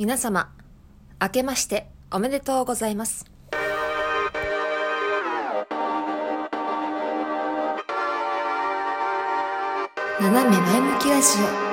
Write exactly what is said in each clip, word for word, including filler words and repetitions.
皆様、明けましておめでとうございます。斜め前向きラジ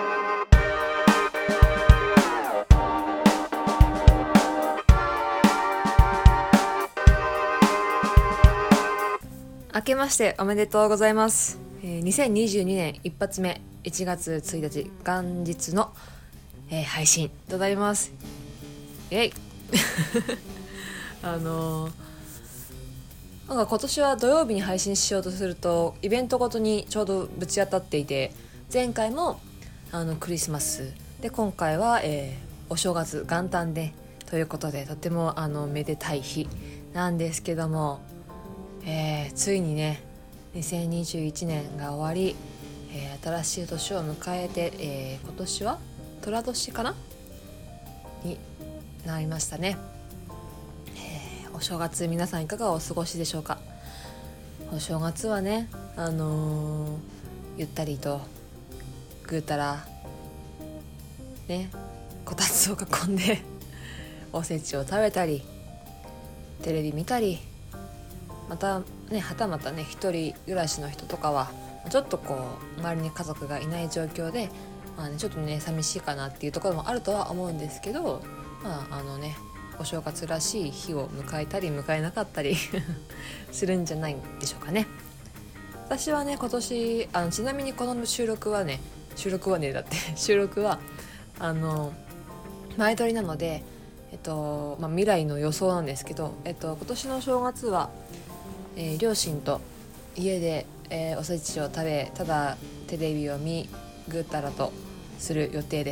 オ。明けましておめでとうございます。えー、にせんにじゅうにねん一発目いちがつついたち元日の、えー、配信となります。イエイあのー、なんか今年は土曜日に配信しようとするとイベントごとにちょうどぶち当たっていて、前回もあのクリスマスで、今回は、えー、お正月元旦でということで、とてもあのめでたい日なんですけども、えー、ついにねにせんにじゅういちねんが終わり、えー、新しい年を迎えて、えー、今年は寅年かなになりましたね。えー、お正月皆さんいかがお過ごしでしょうか。お正月はね、あのー、ゆったりとぐうたらね、こたつを囲んでおせちを食べたり、テレビ見たり、またね、はたまたね一人暮らしの人とかはちょっとこう周りに家族がいない状況で、まあね、ちょっとね寂しいかなっていうところもあるとは思うんですけど、まああのねお正月らしい日を迎えたり迎えなかったりするんじゃないでしょうかね。私はね今年あのちなみにこの収録はね収録はねだって収録はあの前撮りなので、えっとまあ、未来の予想なんですけど、えっと、今年の正月はえー、両親と家で、えー、おせちを食べ、ただテレビを見ぐったらとする予定です。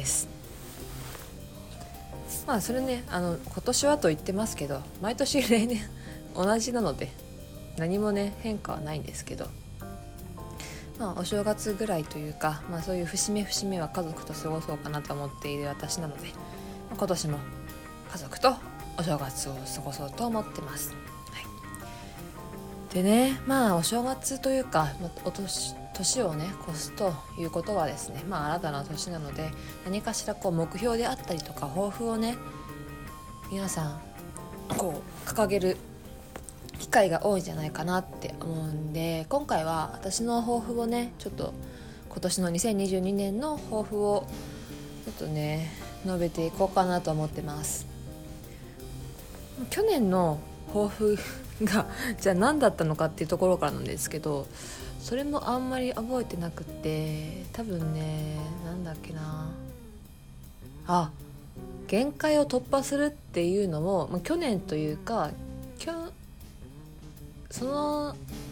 まあそれね、あの今年はと言ってますけど、毎年例年同じなので何もね変化はないんですけど、まあお正月ぐらいというか、まあそういう節目節目は家族と過ごそうかなと思っている私なので、まあ、今年も家族とお正月を過ごそうと思ってます。でね、まあお正月というかお年、年をね越すということはですね、まあ新たな年なので、何かしらこう目標であったりとか抱負をね皆さんこう掲げる機会が多いんじゃないかなって思うんで、今回は私の抱負をねちょっと今年のにせんにじゅうにねんの抱負をちょっとね述べていこうかなと思ってます。去年の抱負がじゃあ何だったのかっていうところからなんですけど、それもあんまり覚えてなくて、多分ねなんだっけなあ限界を突破するっていうのも、まあ、去年というかきょその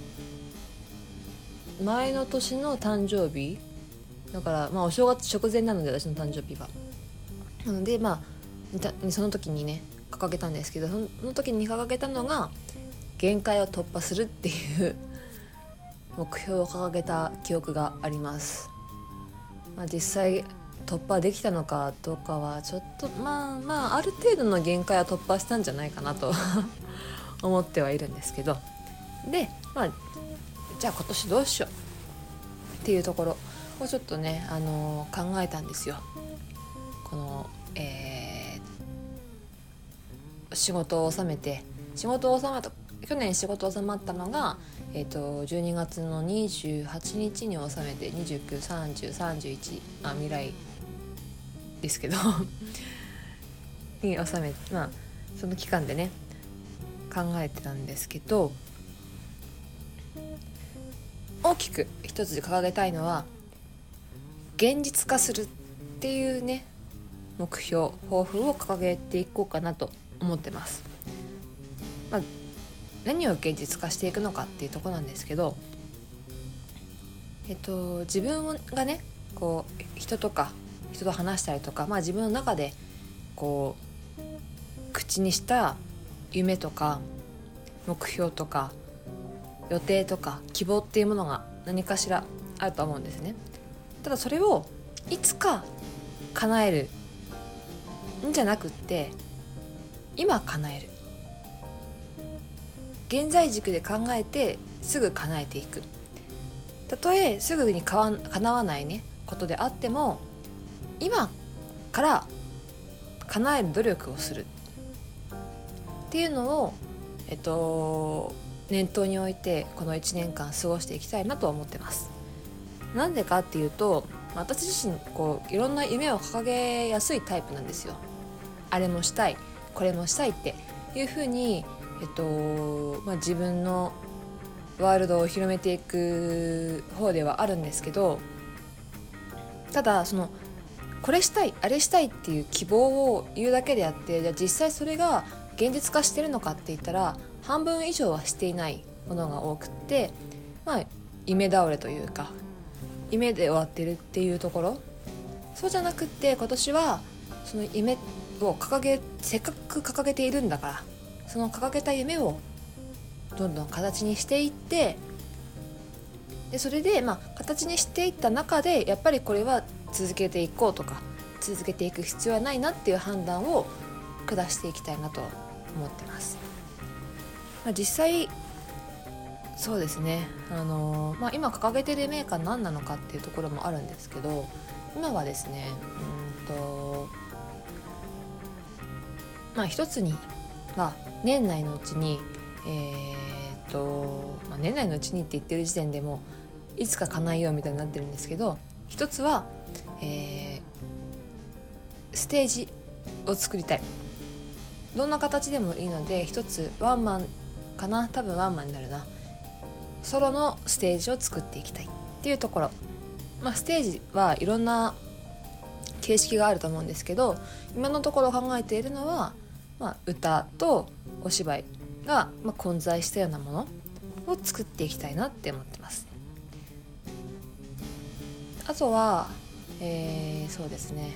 前の年の誕生日だから、まあ、お正月直前なので私の誕生日はなので、まあその時にね掲げたんですけど、その時に掲げたのが限界を突破するっていう目標を掲げた記憶があります。まあ、実際突破できたのかどうかはちょっとまあまあある程度の限界は突破したんじゃないかなと思ってはいるんですけど、でまあじゃあ今年どうしようっていうところをちょっとね、あのー、考えたんですよ。この、えー、仕事を収めて仕事を収めた去年仕事収まったのが、えー、とじゅうにがつのにじゅうはちにちに収めてにじゅうく、さんじゅう、さんじゅういち、あ未来ですけどに収めて、まあその期間でね考えてたんですけど、大きく一つ掲げたいのは現実化するっていうね目標抱負を掲げていこうかなと思ってます。まあ何を現実化していくのかっていうところなんですけど、えっと自分がねこう人とか人と話したりとか、まあ自分の中でこう口にした夢とか目標とか予定とか希望っていうものが何かしらあると思うんですね。ただそれをいつか叶えるんじゃなくって、今叶える、現在軸で考えてすぐ叶えていく。たとえすぐに叶わないねことであっても、今から叶える努力をするっていうのを、えっと、念頭に置いてこのいちねんかん過ごしていきたいなと思ってます。なんでかっていうと、私自身こういろんな夢を掲げやすいタイプなんですよ。あれもしたい、これもしたいっていうふうに、えっとまあ、自分のワールドを広めていく方ではあるんですけど、ただそのこれしたいあれしたいっていう希望を言うだけであって、じゃあ実際それが現実化してるのかって言ったら半分以上はしていないものが多くって、まあ夢倒れというか夢で終わってるっていうところ。そうじゃなくって、今年はその夢を掲げせっかく掲げているんだから、その掲げた夢をどんどん形にしていって、でそれでまあ形にしていった中でやっぱりこれは続けていこうとか続けていく必要はないなっていう判断を下していきたいなと思ってます。まあ、実際そうですね、あのーまあ、今掲げてる夢が何なのかっていうところもあるんですけど、今はですねうんとまあ一つには年内のうちにえー、っと、まあ、年内のうちにって言ってる時点でもいつか叶えようみたいになってるんですけど、一つは、えー、ステージを作りたい。どんな形でもいいので一つワンマンかな、多分ワンマンになるな、ソロのステージを作っていきたいっていうところ。まあステージはいろんな形式があると思うんですけど、今のところ考えているのは、まあ、歌とお芝居が、まあ、混在したようなものを作っていきたいなって思ってます。あとは、えー、そうですね、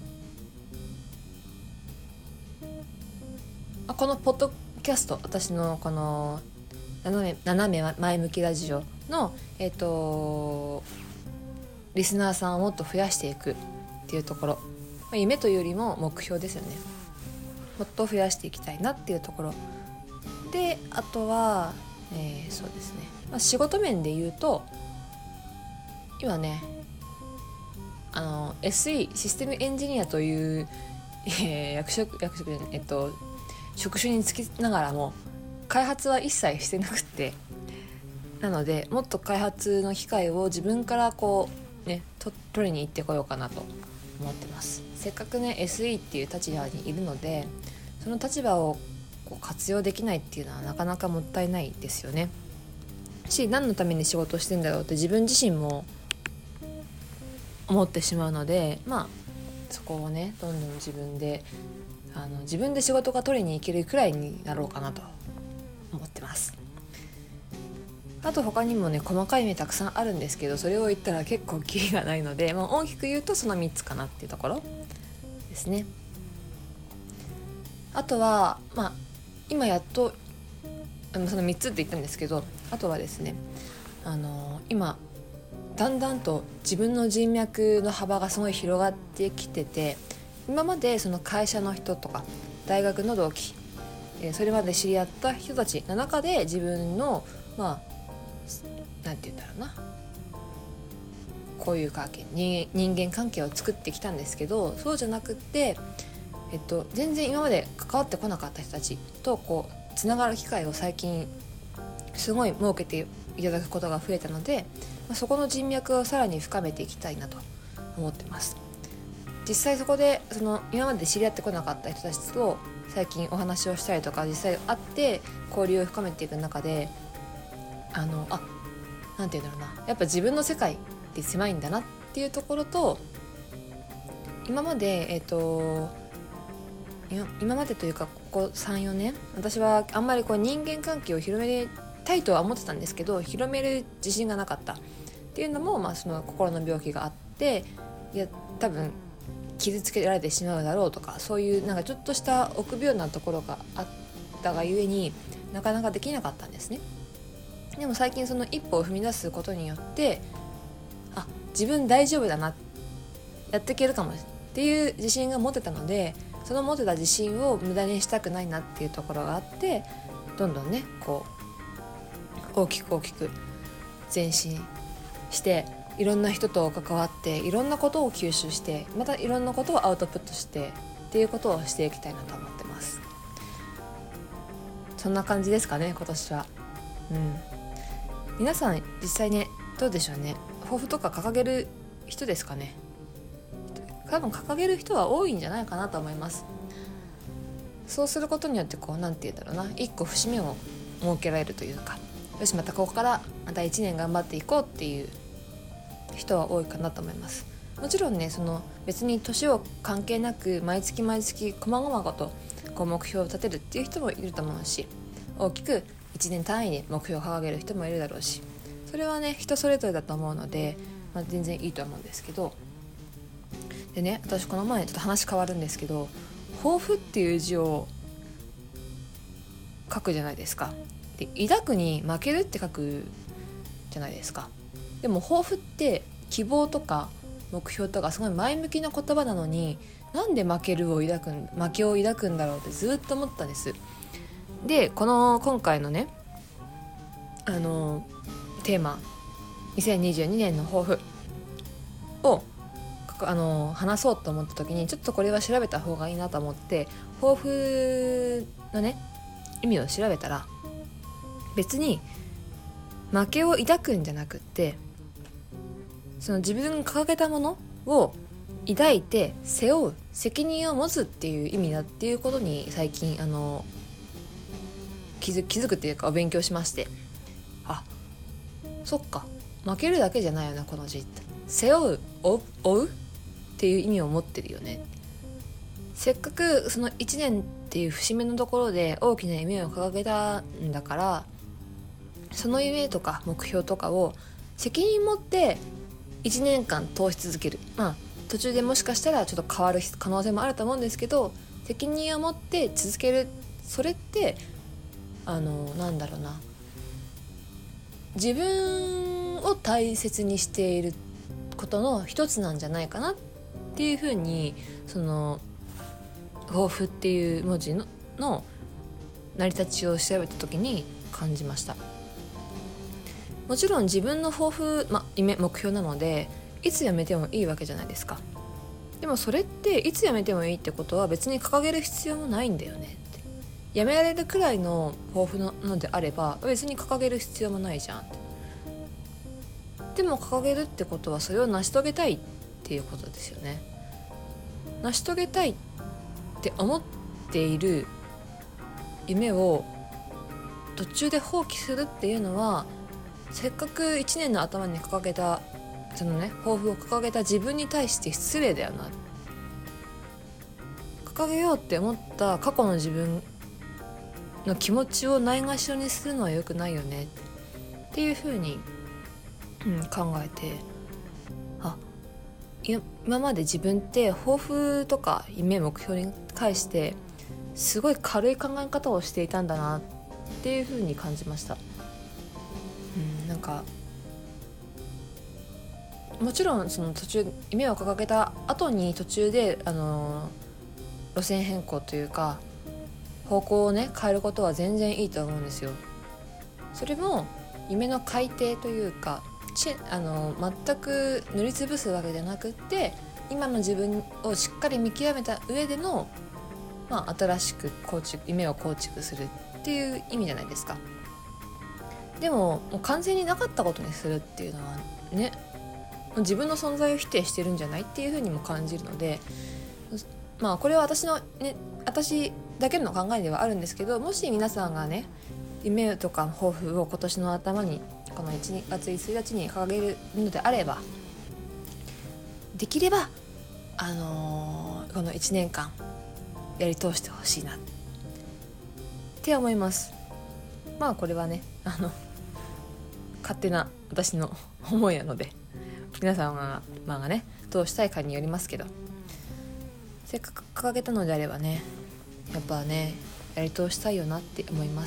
このポッドキャスト、私のこの斜め、斜め前向きラジオの、えーと、リスナーさんをもっと増やしていくっていうところ、まあ、夢というよりも目標ですよね。もっと増やしていきたいなっていうところで、あとは、えー、そうですね、まあ、仕事面で言うと今ねあの エスイー システムエンジニアという、えー、役職役職えっと職種に就きながらも開発は一切してなくて、なのでもっと開発の機会を自分からこうねと取りに行ってこようかなと思ってます。せっかくね エスイー っていう立場にいるので、その立場をこう活用できないっていうのはなかなかもったいないですよね。し、何のために仕事をしてんだろうって自分自身も思ってしまうので、まあそこをねどんどん自分であの自分で仕事が取りに行けるくらいになろうかなと思ってます。あと他にもね細かい目たくさんあるんですけど、それを言ったら結構キリがないので、まあ、大きく言うとそのみっつかなっていうところですね。あとはまあ今やっとあのそのみっつって言ったんですけど、あとはですねあの今だんだんと自分の人脈の幅がすごい広がってきてて、今までその会社の人とか大学の同期、えー、それまで知り合った人たちの中で自分のまあなんて言うんだろうな、こういう関係に人間関係を作ってきたんですけど、そうじゃなくって、えっと、全然今まで関わってこなかった人たちとこうつながる機会を最近すごい設けていただくことが増えたので、そこの人脈をさらに深めていきたいなと思ってます。実際そこでその今まで知り合ってこなかった人たちと最近お話をしたりとか、実際会って交流を深めていく中で、あのあなんて言うんだろうな、やっぱ自分の世界って狭いんだなっていうところと、今までえっと今までというかここ さん,よ 年私はあんまりこう人間関係を広めたいとは思ってたんですけど、広める自信がなかったっていうのも、まあ、その心の病気があって、いや多分傷つけられてしまうだろうとか、そういうなんかちょっとした臆病なところがあったがゆえになかなかできなかったんですね。でも最近その一歩を踏み出すことによって、あ自分大丈夫だな、やっていけるかもっていう自信が持てたので、その持てた自信を無駄にしたくないなっていうところがあって、どんどんねこう大きく大きく前進して、いろんな人と関わっていろんなことを吸収して、またいろんなことをアウトプットしてっていうことをしていきたいなと思ってます。そんな感じですかね今年は。うん皆さん実際ねどうでしょうね、抱負とか掲げる人ですかね。多分掲げる人は多いんじゃないかなと思います。そうすることによってこうなんて言うんだろうな、一個節目を設けられるというか、よしまたここからまたいちねん頑張っていこうっていう人は多いかなと思います。もちろんねその別に年を関係なく毎月毎月細々とこう目標を立てるっていう人もいると思うし、大きくいちねん単位で目標を掲げる人もいるだろうし、それはね人それぞれだと思うので、まあ、全然いいと思うんですけど、でね私この前ちょっと話変わるんですけど、抱負っていう字を書くじゃないですか。で抱くに負けるって書くじゃないですか。でも抱負って希望とか目標とかすごい前向きな言葉なのに、なんで負けるを抱くん負けを抱くんだろうってずっと思ったんです。でこの今回のねあのテーマにせんにじゅうにねんの抱負をあの話そうと思った時にちょっとこれは調べた方がいいなと思って抱負のね意味を調べたら、別に負けを抱くんじゃなくって、その自分が掲げたものを抱いて背負う責任を持つっていう意味だっていうことに最近あの気づ、気づくっていうかお勉強しまして、あそっか負けるだけじゃないよなこの字って、背負う追うっていう意味を持ってるよね。せっかくそのいちねんっていう節目のところで大きな夢を掲げたんだから、その夢とか目標とかを責任持っていちねんかん通し続ける。まあ途中でもしかしたらちょっと変わる可能性もあると思うんですけど、責任を持って続ける、それってあのなんだろうな、自分を大切にしていることの一つなんじゃないかなっていうふうに、その抱負っていう文字 の, の成り立ちを調べた時に感じました。もちろん自分の抱負、ま、夢目標なのでいつやめてもいいわけじゃないですか。でもそれっていつやめてもいいってことは別に掲げる必要もないんだよねって。やめられるくらいの抱負なのであれば別に掲げる必要もないじゃんって。でも掲げるってことはそれを成し遂げたいっていうことですよね。成し遂げたいって思っている夢を途中で放棄するっていうのは、せっかくいちねんの頭に掲げたそのね抱負を掲げた自分に対して失礼だよな。掲げようって思った過去の自分の気持ちをないがしろにするのは良くないよねっていうふうに、うん、考えて、あ今まで自分って抱負とか夢目標に対してすごい軽い考え方をしていたんだなっていうふうに感じました。うん、なんかもちろんその途中夢を掲げた後に途中であの路線変更というか方向をね変えることは全然いいと思うんですよ。それも夢の改定というかちあの全く塗りつぶすわけじゃなくって、今の自分をしっかり見極めた上での、まあ、新しく構築夢を構築するっていう意味じゃないですか。でも、もう完全になかったことにするっていうのはね、自分の存在を否定してるんじゃないっていうふうにも感じるので、まあこれは私のね私だけの考えではあるんですけど、もし皆さんがね夢とか抱負を今年の頭にこのいちがつついたちに掲げるのであれば、できればあのー、このいちねんかんやり通してほしいなって思います。まあこれはねあの勝手な私の思いなので、皆さんが、まあね、どうしたいかによりますけど、せっかく掲げたのであればね、やっぱねやり通したいよなって思います。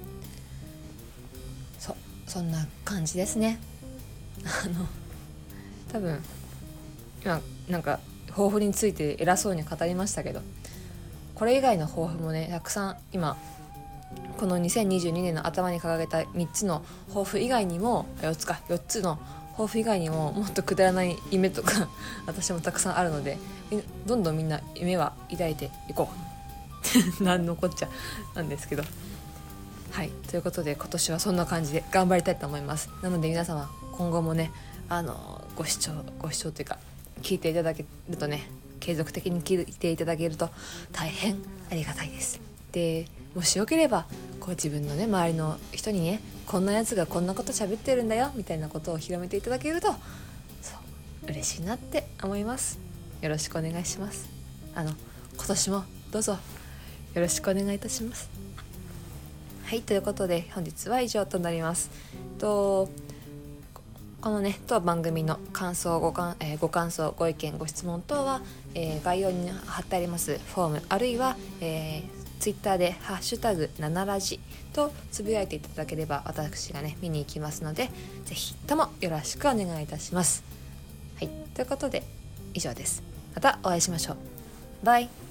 そそんな感じですね。あの多分今なんか抱負について偉そうに語りましたけど、これ以外の抱負もねたくさん今このにせんにじゅうにねんの頭に掲げたみっつの抱負以外にもよっつかよっつの抱負以外にももっとくだらない夢とか私もたくさんあるので、どんどんみんな夢は抱いていこうなんのこっちゃなんですけど、はい、ということで今年はそんな感じで頑張りたいと思います。なので皆様今後もね、あのご視聴ご視聴というか聞いていただけるとね、継続的に聞いていただけると大変ありがたいです。でもしよければこう自分のね周りの人にね、こんなやつがこんなこと喋ってるんだよみたいなことを広めていただけると、そう嬉しいなって思います。よろしくお願いします。あの今年もどうぞよろしくお願いいたします。はい、ということで本日は以上となります。とこのね当番組の感想 ご, かん、えー、ご感想ご意見ご質問等は、えー、概要に貼ってありますフォーム、あるいは、えー、ツイッターでハッシュタグななラジとつぶやいていただければ私がね見に行きますので、ぜひともよろしくお願いいたします。はい、ということで以上です。またお会いしましょう。バイ。